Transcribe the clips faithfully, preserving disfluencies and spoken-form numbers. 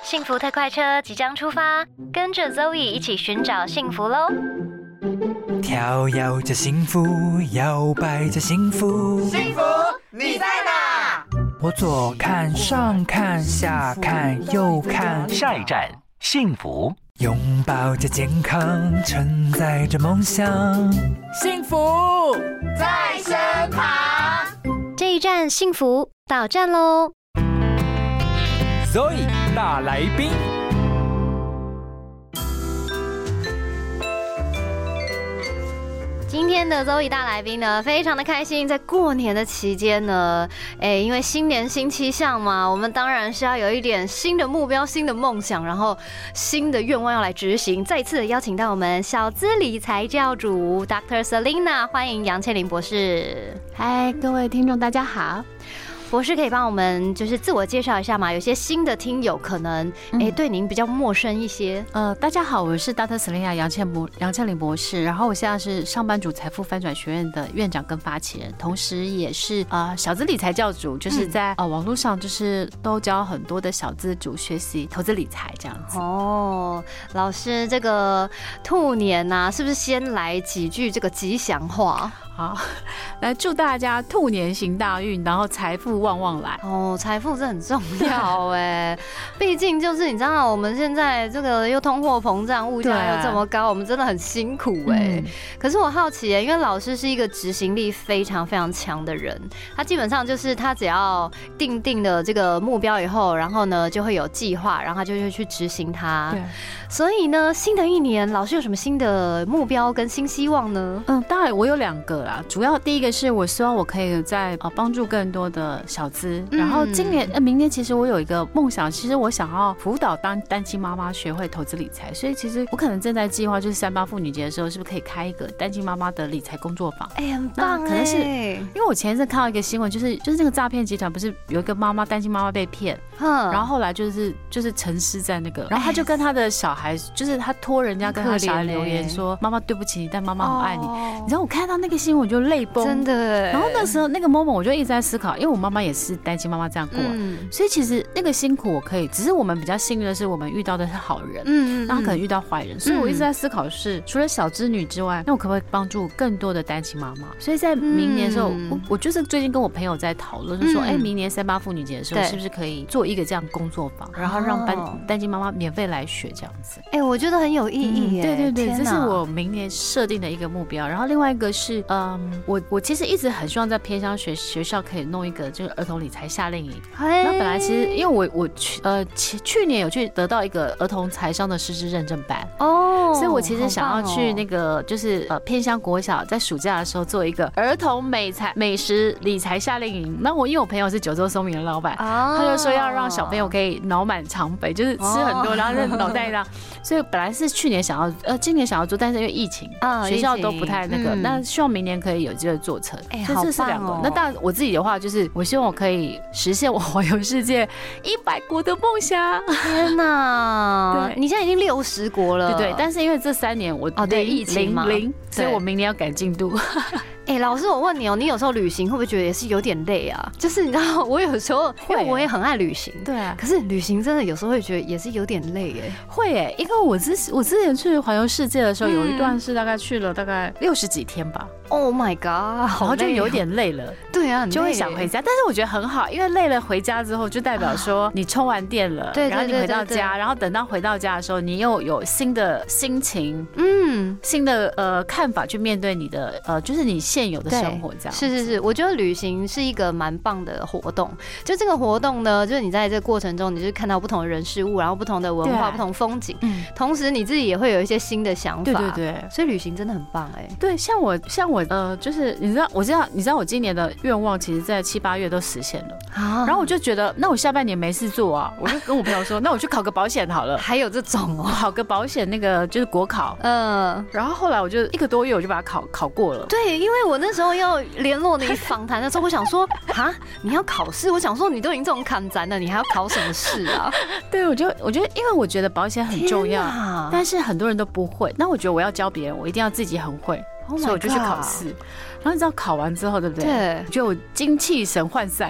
幸福特快车即将出发，跟着 Zoe 一起寻找幸福喽！ 跳跃着幸福，摇摆着幸福， 幸福你在哪？ 我左看上看下看右看， 下一站幸福， 拥抱着健康，承载着梦想， 幸福在身旁。 这一站幸福到站喽 Zoe 大来宾。 今天的 Zoe 大来宾呢，非常的开心，在过年的期间呢，哎，因为新年新气象嘛，我们当然是要有一点新的目标、新的梦想，然后新的愿望要来执行。再次的邀请到我们小资理财教主 Doctor Selina， 欢迎杨倩玲博士。 嗨，各位听众大家好。 博士可以帮我们就是自我介绍一下吗？有些新的听友可能哎、欸、对您比较陌生一些。 呃，大家好，我是 Doctor Selina 杨倩博杨倩玲博士，然后我现在是上班族财富翻转学院的院长跟发起人，同时也是呃小资理财教主，就是在、嗯、呃网络上就是都教很多的小资主学习投资理财这样子。 哦，老师，这个兔年啊，是不是先来几句这个吉祥话？ 好，来祝大家兔年行大运，然后财富旺旺来。 哦，财富是很重要哎，毕竟就是你知道我们现在这个又通货膨胀，物价又这么高，我们真的很辛苦哎、嗯。可是我好奇哎，因为老师是一个执行力非常非常强的人，他基本上就是他只要定定了这个目标以后，然后呢就会有计划，然后他就会去执行它。对。所以呢，新的一年老师有什么新的目标跟新希望呢？ 嗯，当然我有两个。主要第一个是我希望我可以在呃帮助更多的小资，然后今年呃明年其实我有一个梦想，其实我想要辅导当单亲妈妈学会投资理财，所以其实我可能正在计划，就是三八妇女节的时候，是不是可以开一个单亲妈妈的理财工作坊？ 哎、欸，很棒哎！ 可能是因为我前一阵看到一个新闻，就是就是那个诈骗集团不是有一个妈妈单亲妈妈被骗，然后后来就是就是沉尸在那个，然后他就跟他的小孩，就是他托人家跟他小孩留言说：“妈妈对不起你，但妈妈很爱你。哦”你知道我看到那个新闻。我就泪崩， 真的。 然后那时候那个 moment 我就一直在思考，因为我妈妈也是单亲妈妈这样过、啊嗯，所以其实那个辛苦我可以，只是我们比较幸运的是，我们遇到的是好人，嗯嗯，那他可能遇到坏人，所以我一直在思考是，除了小资女之外，那我可不可以帮助更多的单亲妈妈？所以在明年的时候，嗯、我我就是最近跟我朋友在讨论，就说，哎、嗯欸，明年三八妇女节的时候，是不是可以做一个这样工作坊，然后让单单亲妈妈免费来学这样子？ 哎、欸，我觉得很有意义耶、 嗯。对对对，这是我明年设定的一个目标。然后另外一个是，嗯，我我其实一直很希望在偏乡学学校可以弄一个就是儿童理财夏令营。那本来其实因为我我去呃去去年有去得到一个儿童财商的师资认证班哦，所以我其实想要去那个就是呃偏乡国小在暑假的时候做一个儿童美财美食理财夏令营。那我因为我朋友是九州松饼的老板，哦、他就说要让小朋友可以脑满肠肥，就是吃很多，哦、然后那脑袋大。所以本来是去年想要呃今年想要做，但是因为疫情，哦、学校都不太那个，嗯、那希望明年可以有机会做成。哎、欸，这是两个。哦、那当然我自己的话，就是我希望我可以实现我环游世界一百国的梦想。 天哪！对，你现在已经六十国了。 对对，但是因为这三年我哦对疫情嘛， 零，所以我明年要赶进度。 哎、欸，老师，我问你哦，你有时候旅行会不会觉得也是有点累啊？就是你知道，我有时候因为我也很爱旅行，对啊，可是旅行真的有时候会觉得也是有点累哎。 会哎，因为我之我之前去环游世界的时候，有一段是大概去了大概六十几天吧。 Oh my god！ 然后就有点累了， 对啊， 就会想回家。但是我觉得很好，因为累了回家之后，就代表说你充完电了，对，然后你回到家，然后等到回到家的时候，你又有新的心情，嗯，新的呃看法去面对你的呃，就是你现有的生活。 是是是，我觉得旅行是一个蛮棒的活动。就这个活动呢，就是你在这个过程中，你就看到不同的人事物，然后不同的文化、不同风景，嗯，同时你自己也会有一些新的想法。对对对，所以旅行真的很棒哎、欸。 对，像我像我呃，就是你知道，我知道你知道我今年的愿望，其实在七八月都实现了。啊，然后我就觉得，那我下半年没事做啊，我就跟我朋友说，那我去考个保险好了。 还有这种哦， 考个保险那个就是国考，嗯，然后后来我就一个多月我就把它考考过了。 对，因为我那时候要联络你访谈的时候，我想说，哈，你要考试？我想说，你都已经这种砍斩了，你还要考什么试啊？ 对，我就我觉得，因为我觉得保险很重要，但是很多人都不会。那我觉得我要教别人，我一定要自己很会， oh、所以我就去考试。然后你知道考完之后，对不对？对，就精气神涣散。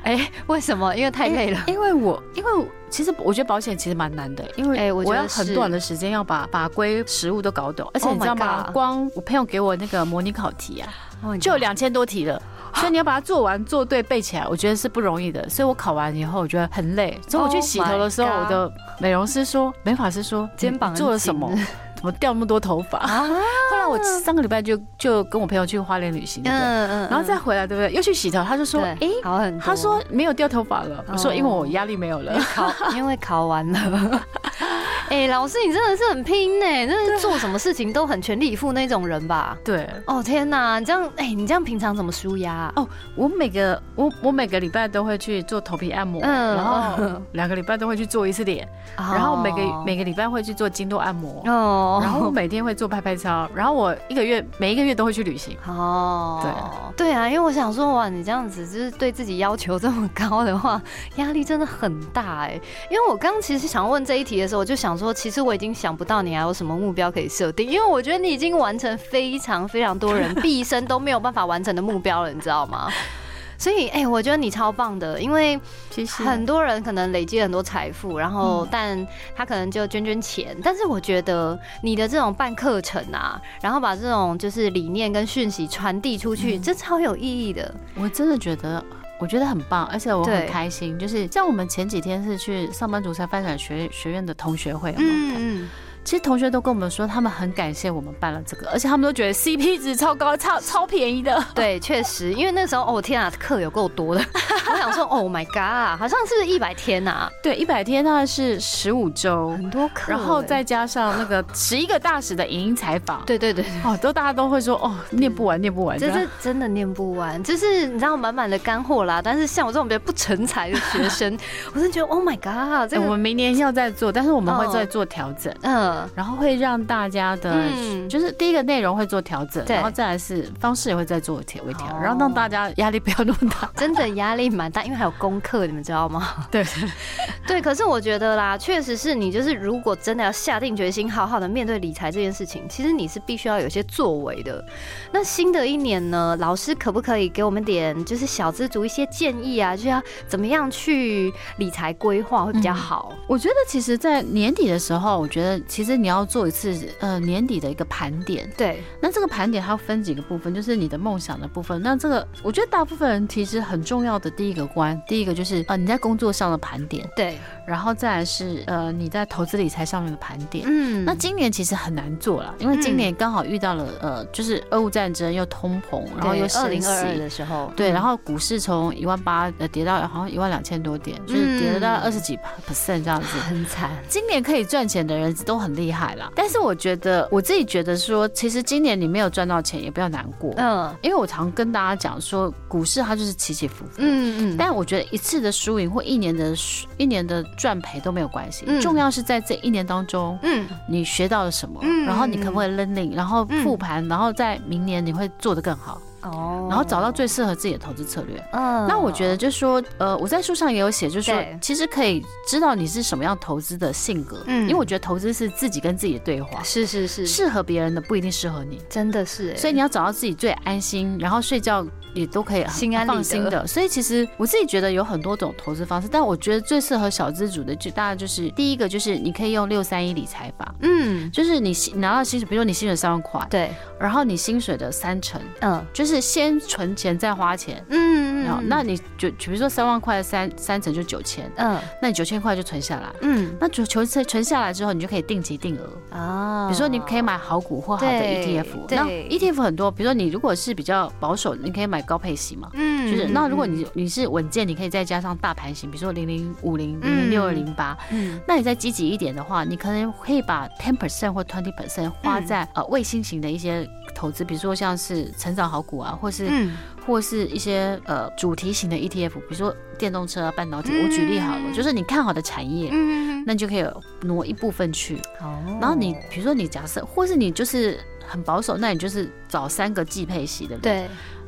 哎，为什么？因为太累了。 因为我因为其实我觉得保险其实蛮难的，因为我要很短的时间要把法规实务都搞懂，而且你知道吗？光我朋友给我那个模拟考题啊，就有两千多题了。所以你要把它做完、做对、背起来，我觉得是不容易的。所以我考完以后，我觉得很累。所以我去洗头的时候，我的美容师说、美发师说， 肩膀做了什么？怎么掉那么多头发？啊、后来我上个礼拜就就跟我朋友去花莲旅行，嗯嗯，然后再回来，对不对？又去洗头，他就说，哎，好很多。他说没有掉头发了。我说因为我压力没有了， 考因为考完了。哎、欸，老师，你真的是很拼呢，真的是做什么事情都很全力以赴那种人吧？ 对。 哦天哪，你这样，哎、欸，你这样平常怎么舒压、啊？ 哦，我每个我我每个礼拜都会去做头皮按摩，嗯，然后两个礼拜都会去做一次脸，哦、然后每个每个礼拜会去做经络按摩，哦，然后我每天会做拍拍操，然后我一个月每一个月都会去旅行。 哦，对对啊，因为我想说，哇，你这样子就是对自己要求这么高的话，压力真的很大哎。因为我刚刚其实想问这一题的时候，我就想说。说其实我已经想不到你还有什么目标可以设定，因为我觉得你已经完成非常非常多人毕生都没有办法完成的目标了，你知道吗？所以，哎、欸，我觉得你超棒的，因为很多人可能累积很多财富，然后但他可能就捐捐钱，但是我觉得你的这种办课程啊，然后把这种就是理念跟讯息传递出去，这超有意义的。 我真的觉得。我觉得很棒，而且我很开心。就是像我们前几天是去上班族才发展学学院的同学会，有没有看？其实同学都跟我们说，他们很感谢我们办了这个，而且他们都觉得 C P 值超高、超超便宜的。 对，确实，因为那时候哦天啊，课有够多的。我想说 ，Oh my god， 好像是不是一百天啊？ 对，一百天大概是十五周， 很多课， 然后再加上那个十一个大使的影音采访。 对对对， 哦，都大家都会说哦，念不完，念不完， 这是真的念不完，就是你知道满满的干货啦。但是像我这种比较不成才的学生，我真的觉得 Oh my god， 这个、 欸、我们明年要再做，但是我们会再做调整。嗯。然后会让大家的，嗯、就是第一个内容会做调整，然后再来是方式也会再做微调，然后让大家压力不要那么大。 真的压力蛮大，因为还有功课，你们知道吗？ 对对，可是我觉得啦，确实是你就是如果真的要下定决心，好好的面对理财这件事情，其实你是必须要有些作为的。那新的一年呢，老师可不可以给我们点就是小资族一些建议啊？就要怎么样去理财规划会比较好？ 嗯、我觉得其实，在年底的时候，我觉得其实你要做一次呃年底的一个盘点， 对。 那这个盘点它分几个部分，就是你的梦想的部分。那这个我觉得大部分人其实很重要的第一个关，第一个就是呃你在工作上的盘点， 对。 然后再来是呃你在投资理财上面的盘点。嗯。那今年其实很难做了，因为今年刚好遇到了呃就是俄乌战争又通膨，然后又二零二二的时候， 对，然后股市从一万八呃跌到好像一万两千多点，就是跌了大概二十几 percent 这样子， 很惨。 今年可以赚钱的人都很厉害啦。但是我觉得我自己觉得说，其实今年你没有赚到钱也不要难过，嗯，因为我常跟大家讲说，股市它就是起起伏伏，嗯嗯，但我觉得一次的输赢或一年的一年的赚赔都没有关系，嗯、重要是在这一年当中，嗯，你学到了什么，嗯、然后你可不可以 learning， 然后复盘，嗯、然后在明年你会做得更好。哦，然后找到最适合自己的投资策略。嗯，那我觉得就是说，呃，我在书上也有写，就是说，其实可以知道你是什么样投资的性格。嗯，因为我觉得投资是自己跟自己的对话。 是是是， 适合别人的不一定适合你， 真的是。 所以你要找到自己最安心，然后睡觉也都可以心安放心的。所以其实我自己觉得有很多种投资方式，但我觉得最适合小资主的，就大概就是第一个就是你可以用六三一理财法。嗯，就是你拿到薪水，比如说你薪水三万块， 对， 然后你薪水的三成，嗯，就是先存钱再花钱，嗯嗯，那你就比如说三万块三三成就九千，嗯，那你九千块就存下来，嗯，那就存存下来之后，你就可以定期定额啊，比如说你可以买好股或好的 E T F， 那 E T F 很多，比如说你如果是比较保守，你可以买高配息嘛，嗯，就是那如果你你是稳健，你可以再加上大盘型，比如说零零五零、零零六二零八，嗯，那你再积极一点的话，你可能可以把 ten percent 或 twenty percent 花在、嗯、呃卫星型的一些投资，比如说像是成长好股啊，或是、嗯、或是一些呃主题型的 E T F， 比如说电动车啊、半导体。嗯、我举例好了，就是你看好的产业，嗯、那你就可以挪一部分去。哦，然后你比如说你假设，或是你就是很保守，那你就是找三个季配息，对不对？对。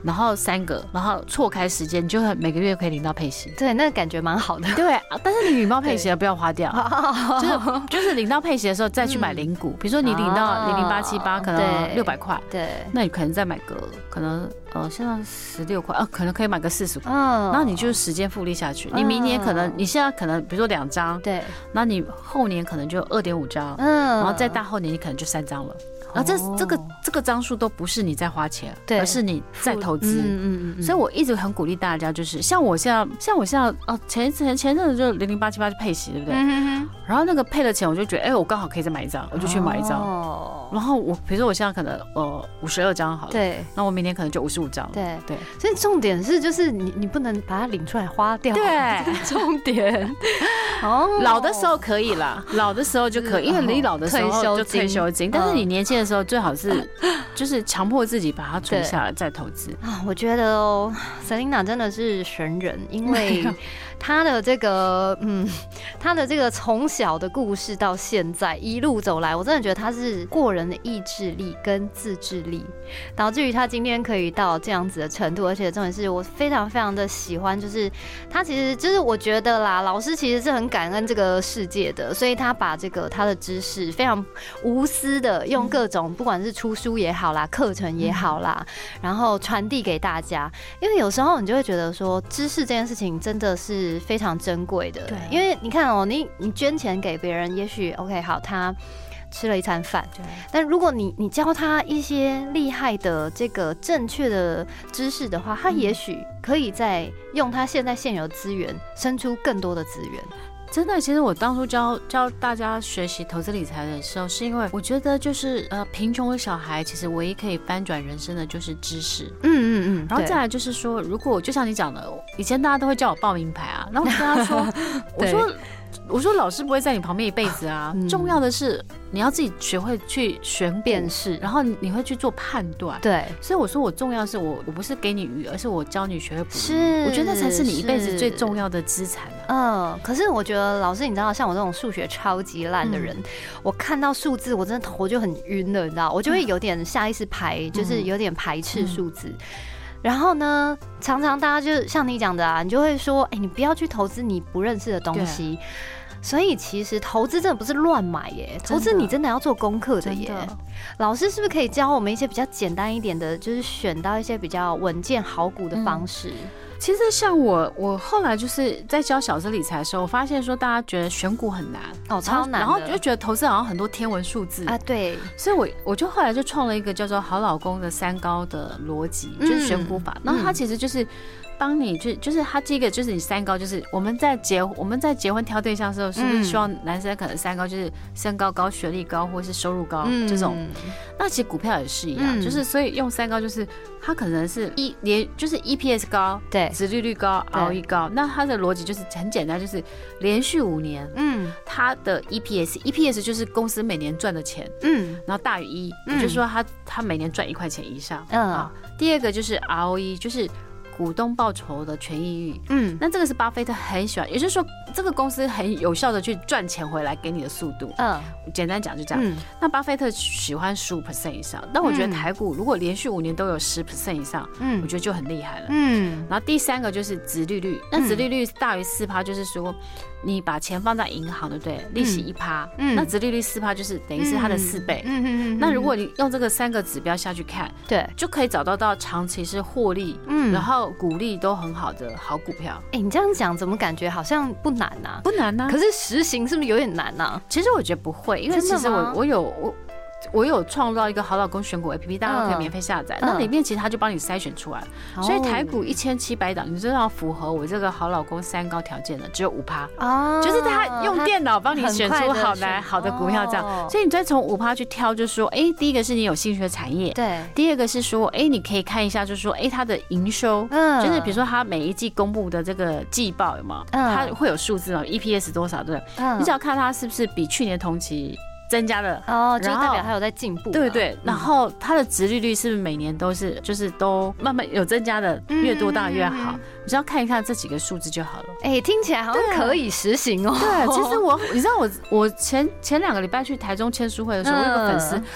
然后三个，然后错开时间，你就每个月可以领到配息。 对，那个感觉蛮好的。 对，但是你领到配息了不要花掉，就是就是领到配息的时候再去买零股，比如说你领到零零八七八，可能六百块， 对， 那你可能再买个可能呃现在十六块，呃可能可以买个四十块， 嗯， 然后你就时间复利下去，你明年可能你现在可能比如说两张， 对， 那你后年可能就二点五张，嗯，然后再大后年你可能就三张了。然后这这个这个张数都不是你在花钱，而是你在投资。嗯嗯嗯。所以我一直很鼓励大家，就是像我现在，像我现在哦，前前前阵子就零零八七八就配息，对不对？嗯。然后那个配了钱，我就觉得，哎，我刚好可以再买一张，我就去买一张。哦。然后我比如说我现在可能呃五十二张好了，对。那我明年可能就五十五张。 对对。 所以重点是，就是你你不能把它领出来花掉。 对。 重点。 哦。老的时候可以啦，老的时候就可以，因为你老的时候就退休金，但是你年轻的时候最好是。就是强迫自己把它存下来再投资啊！我觉得哦 ，Selina 真的是神人，因为她的这个嗯，她的这个从小的故事到现在一路走来，我真的觉得她是过人的意志力跟自制力，导致于她今天可以到这样子的程度。而且重点是我非常非常的喜欢，就是她其实就是我觉得啦，老师其实是很感恩这个世界的，所以她把这个她的知识非常无私的用各种不管是出书也好啦，课程也好啦，然后传递给大家。因为有时候你就会觉得说，知识这件事情真的是非常珍贵的。对，因为你看哦、喔，你你捐钱给别人，也许 OK 好，他吃了一餐饭，但如果你你教他一些厉害的这个正确的知识的话，他也许可以再用他现在现有的资源，生出更多的资源。 真的，其实我当初教教大家学习投资理财的时候，是因为我觉得就是呃，贫穷的小孩其实唯一可以翻转人生的就是知识。嗯嗯嗯。然后再来就是说，如果就像你讲的，以前大家都会叫我报名牌啊，然后我跟他说，我说。我说老师不会在你旁边一辈子啊，嗯、重要的是你要自己学会去选辨识，然后你会去做判断。对，所以我说我重要的是我我不是给你鱼，而是我教你学会捕鱼。是，我觉得那才是你一辈子最重要的资产、啊。 嗯，可是我觉得老师，你知道，像我这种数学超级烂的人，嗯、我看到数字我真的头就很晕了，你知道，我就会有点下意识排，嗯、就是有点排斥数字。嗯然后呢，常常大家就像你讲的啊，你就会说，哎、欸，你不要去投资你不认识的东西。所以其实投资真的不是乱买耶，投资你真的要做功课的耶。老师是不是可以教我们一些比较简单一点的，就是选到一些比较稳健好股的方式？嗯其实像我，我后来就是在教小资理财的时候，我发现说大家觉得选股很难哦，超难， 然后就觉得投资好像很多天文数字啊，对， 所以我我就后来就创了一个叫做好老公的三高的逻辑，就是选股法。然后它其实就是帮你就就是它这个就是你三高，就是我们在结我们在结婚挑对象的时候，是不是希望男生可能三高就是身高高、学历高或是收入高这种？那其实股票也是一样，就是所以用三高就是它可能是一连就是 E P S 高，对。殖利率高 ，R O E 高，那它的逻辑就是很简单，就是连续五年，嗯，它的 E P S，E P S 就是公司每年赚的钱，嗯，然后大于一，也就是说它它每年赚一块钱以上，嗯啊。第二个就是 R O E， 就是股东报酬的权益率，嗯，那这个是巴菲特很喜欢，也就是说这个公司很有效的去赚钱回来给你的速度，嗯，简单讲就这样。嗯、那巴菲特喜欢十五 percent 以上，但我觉得台股如果连续五年都有十 percent 以上，嗯，我觉得就很厉害了，嗯。然后第三个就是殖利率，那殖利率大于四趴，就是说你把钱放在银行，对不对？利息一趴，嗯，那殖利率四趴就是等于是它的四倍，嗯嗯嗯。那如果你用这个三个指标下去看，对，就可以找到到长期是获利，嗯，然后股利都很好的好股票。 哎、欸，你这样讲怎么感觉好像不难啊？ 不难啊， 可是实行是不是有点难啊？ 其实我觉得不会，因为其实我我有我。我有创造一个好老公选股 A P P， 大家可以免费下载。嗯、那里面其实他就帮你筛选出来，嗯、所以台股一千七百档，你知道符合我这个好老公三高条件的只有五趴，哦，就是他用电脑帮你选出好来好的股票这样。哦、所以你再从五趴去挑，就是说，哎、欸，第一个是你有兴趣的产业，对；第二个是说，哎、欸，你可以看一下，就是说，哎、欸，它的营收，嗯，就是比如说它每一季公布的这个季报有没有，嗯，它会有数字嘛 ，E P S 多少对，嗯，你只要看它是不是比去年同期增加的哦，就代表它有在进步。 对对，然后它的殖利率是不是每年都是就是都慢慢有增加的，越多当然越好。你只要看一看这几个数字就好了。 哎、欸，听起来好像可以实行哦。 对，其实我你知道我我前前两个礼拜去台中签书会的时候，我有个粉丝。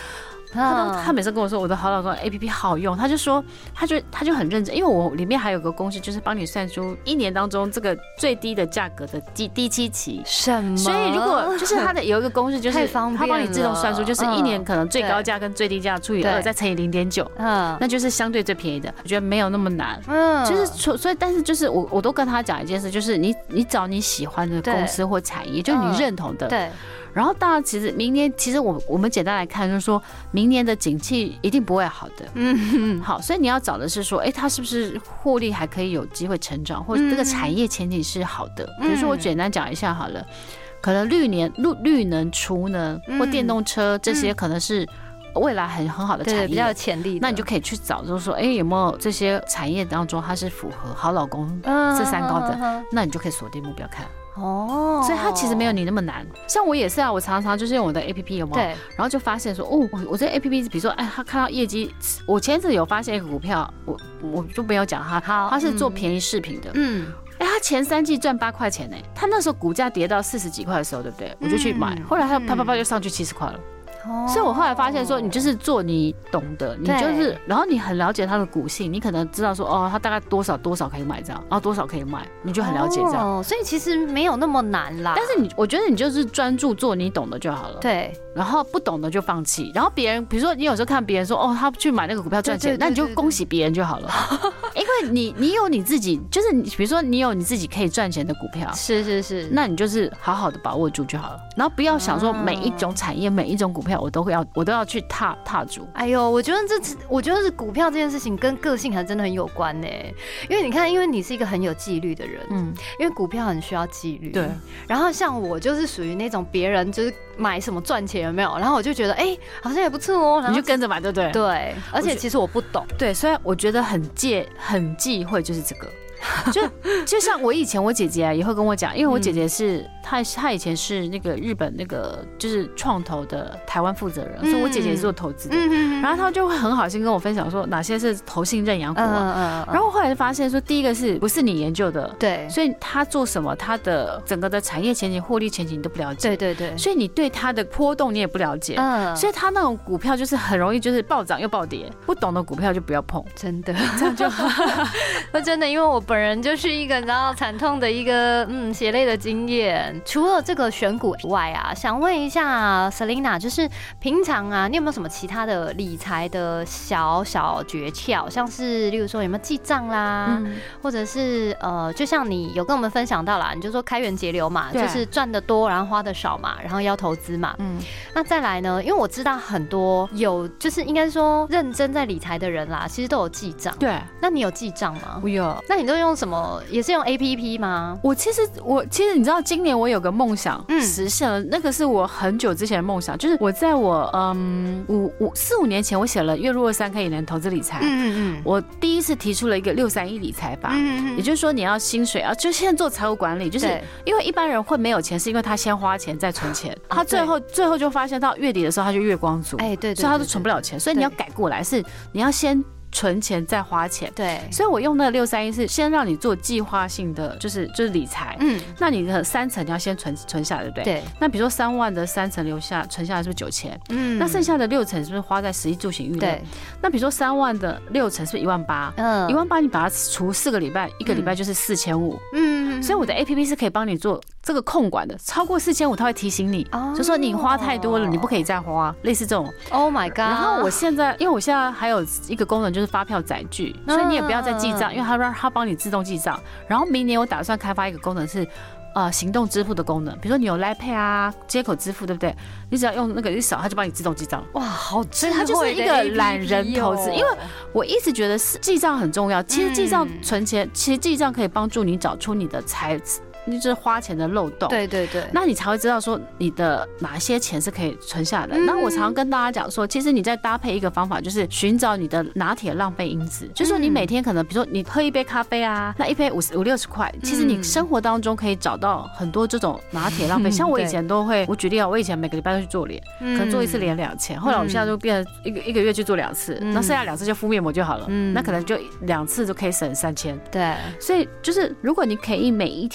他他每次跟我说我的好老公 A P P 好用，他就说他就他就很认真，因为我里面还有个公式，就是帮你算出一年当中这个最低的价格的低低基期。 什么？ 所以如果就是他的有一个公式，就是他帮你自动算出，就是一年可能最高价跟最低价除以二，再乘以零点九，嗯，那就是相对最便宜的。我觉得没有那么难，嗯，就是所以但是就是我我都跟他讲一件事，就是你你找你喜欢的公司或产业，就是你认同的， 对。 然后当然，其实明年其实我我们简单来看，就是说明年的景气一定不会好的，嗯，好，所以你要找的是说，哎，它是不是获利还可以有机会成长，或者这个产业前景是好的。比如说我简单讲一下好了，可能绿年绿绿能、储能或电动车这些可能是未来很很好的产业， 比较有潜力的， 那你就可以去找，就是说，哎，有没有这些产业当中它是符合好老公这三高的，那你就可以锁定目标看。哦，所以它其实没有你那么难。像我也是啊，我常常就是用我的 A P P 有没有？对，然后就发现说，哦，我我这 A P P 比如说，哎，他看到业绩，我前一阵有发现一个股票，我我就没有讲它，它是做便宜饰品的，嗯，哎，它前三季赚八块钱呢，它那时候股价跌到四十几块的时候，对不对？我就去买，后来它啪啪啪就上去七十块了。所以我后来发现说，你就是做你懂的，你就是，然后你很了解它的股性，你可能知道说，哦，它大概多少多少可以买这样，然后多少可以卖，你就很了解这样。 哦，所以其实没有那么难啦。 但是你，我觉得你就是专注做你懂的就好了。 对。 然后不懂的就放弃。然后别人，比如说你有时候看别人说，哦，他去买那个股票赚钱，那你就恭喜别人就好了。因为你你有你自己，就是你，比如说你有你自己可以赚钱的股票， 是是是， 那你就是好好的把握住就好了。然后不要想说每一种产业、每一种股票我都会要，我都要去踏踏足。 哎呦，我觉得这，我觉得是股票这件事情跟个性还真的很有关呢。因为你看，因为你是一个很有纪律的人，嗯，因为股票很需要纪律。 对。 然后像我就是属于那种别人就是买什么赚钱有没有，然后我就觉得哎、欸，好像也不错哦， 你就跟着买，对不对？ 对。而且其实我不懂， 对，所以我觉得很介很忌讳就是这个。就就像我以前我姐姐啊也会跟我讲，因为我姐姐是她她以前是那个日本那个就是创投的台湾负责人，所以我姐姐也是做投资的，然后她就会很好心跟我分享说哪些是投信认养股啊，然后后来就发现说第一个是不是你研究的， 对， 所以她做什么她的整个的产业前景、获利前景你都不了解， 对对对， 所以你对它的波动你也不了解，嗯，所以她那种股票就是很容易就是暴涨又暴跌，不懂的股票就不要碰， 真的，这样就好。那真的，因为我本人就是一个你知道惨痛的一个嗯血泪的经验。除了这个选股以外啊，想问一下 Selina， 就是平常啊，你有没有什么其他的理财的小小诀窍？像是例如说有没有记账啦，嗯、或者是呃，就像你有跟我们分享到啦，你就说开源节流嘛，就是赚得多，然后花得少嘛，然后要投资嘛。嗯，那再来呢？因为我知道很多有就是应该说认真在理财的人啦，其实都有记账。 对， 那你有记账吗？ 我有。 那你都用什么？也是用 A P P 吗？ 我其实我其实你知道，今年我有个梦想实现了，嗯、那个是我很久之前的梦想，就是我在我嗯五五四五年前，我写了月入二三可以能投资理财。嗯嗯嗯。我第一次提出了一个六三一理财法，嗯嗯，也就是说你要薪水啊，就现在做财务管理，就是因为一般人会没有钱，是因为他先花钱再存钱，他最后最后就发现到月底的时候他就月光族，哎对，所以他都存不了钱，所以你要改过来，是你要先存钱再花钱，对，所以我用那个六三一是先让你做计划性的，就是就是理财，嗯，那你的三成你要先存存下来，对不对？对。那比如说三万的三成留下存下来是不是九千？嗯。那剩下的六成是不是花在食衣住行娱乐？对。那比如说三万的六成是不是一万八？嗯。一万八你把它除四个礼拜，一个礼拜就是四千五。嗯。所以我的 A P P 是可以帮你做这个控管的，超过四千五它会提醒你，哦、就说你花太多了，你不可以再花，类似这种。 Oh my god！ 然后我现在，因为我现在还有一个功能就是发票载具，所以你也不要再记账，因为它让它帮你自动记账。然后明年我打算开发一个功能是。呃，行动支付的功能，比如说你有 Line Pay 啊，接口支付，对不对？你只要用那个一扫，它就帮你自动记账。 哇，好智慧的 A P P 哦！ 所以它就是一个懒人投资。因为我一直觉得记账很重要，其实记账存钱，嗯、其实记账可以帮助你找出你的财。就是花钱的漏洞， 对对对， 那你才会知道说你的哪些钱是可以存下来的。那、嗯、我常常跟大家讲说，其实你在搭配一个方法，就是寻找你的拿铁浪费因子，就是说你每天可能，比如说你喝一杯咖啡啊，那一杯五十五六十块，其实你生活当中可以找到很多这种拿铁浪费。嗯、像我以前都会，我举例啊，我以前每个礼拜都去做脸，嗯、可能做一次脸两千，后来我现在就变成一个一个月去做两次，那、嗯、剩下两次就敷面膜就好了，嗯、那可能就两次就可以省三千。 对， 所以就是如果你可以每一天想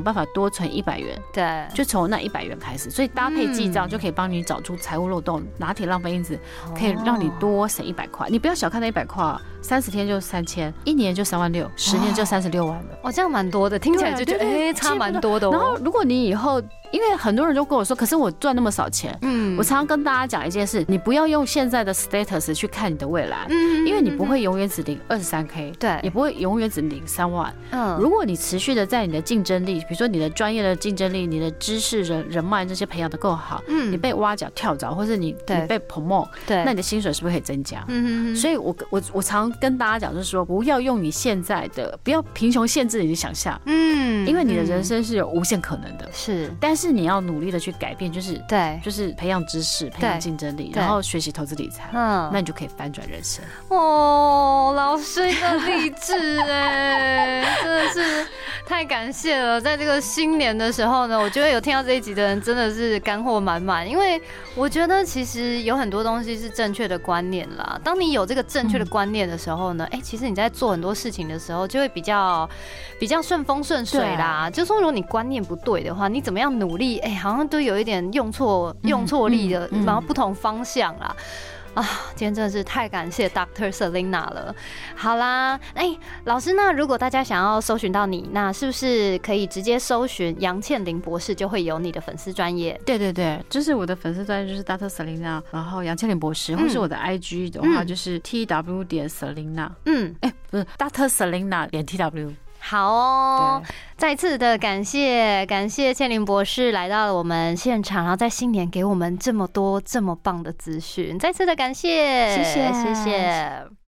想办法多存一百元， 对， 就从那一百元开始，所以搭配记账就可以帮你找出财务漏洞，拿铁浪费因子可以让你多省一百块。你不要小看那一百块，三十天就三千，一年就三万六，十年就三十六万了。 哦，这样蛮多的，听起来就觉得哎差蛮多的哦。 然后如果你以后，因为很多人就跟我说，可是我赚那么少钱，嗯，我常常跟大家讲一件事，你不要用现在的 status 去看你的未来，嗯，因为你不会永远只领二十三 K， 对，也不会永远只领三万，嗯，如果你持续的在你的竞争力，比如说你的专业的竞争力、你的知识、人人脉这些培养的够好，嗯，你被挖角跳槽，或是你你被 promote， 对，那你的薪水是不是可以增加？嗯，所以我我我常跟大家讲，就是说不要用你现在的，不要贫穷限制你的想象，嗯，因为你的人生是有无限可能的，是，但是。是你要努力的去改变，就是对，就是培养知识、培养竞争力，然后学习投资理财，嗯，那你就可以翻转人生。 哦，老师一个励志哎，真的是太感谢了。在这个新年的时候呢，我觉得有听到这一集的人真的是干货满满，因为我觉得其实有很多东西是正确的观念啦。当你有这个正确的观念的时候呢，哎、嗯欸，其实你在做很多事情的时候就会比较比较顺风顺水啦。就说如果你观念不对的话，你怎么样努力，哎、欸，好像都有一点用错用错力的，嗯嗯、然后不同方向啦。啊，今天真的是太感谢 Doctor Selena 了。好啦，哎、欸，老师，那如果大家想要搜寻到你，那是不是可以直接搜寻杨倩玲博士，就会有你的粉丝专页？ 对对对，就是我的粉丝专页就是 Doctor Selena， 然后杨倩玲博士，嗯、或是我的 I G 的话就是 T W 点 Selena， 嗯，哎、欸，不是 Doctor Selena 点 T W。 好哦，再次的感谢感谢倩玲博士来到了我们现场，然后在新年给我们这么多这么棒的资讯，再次的感谢， 谢谢谢谢。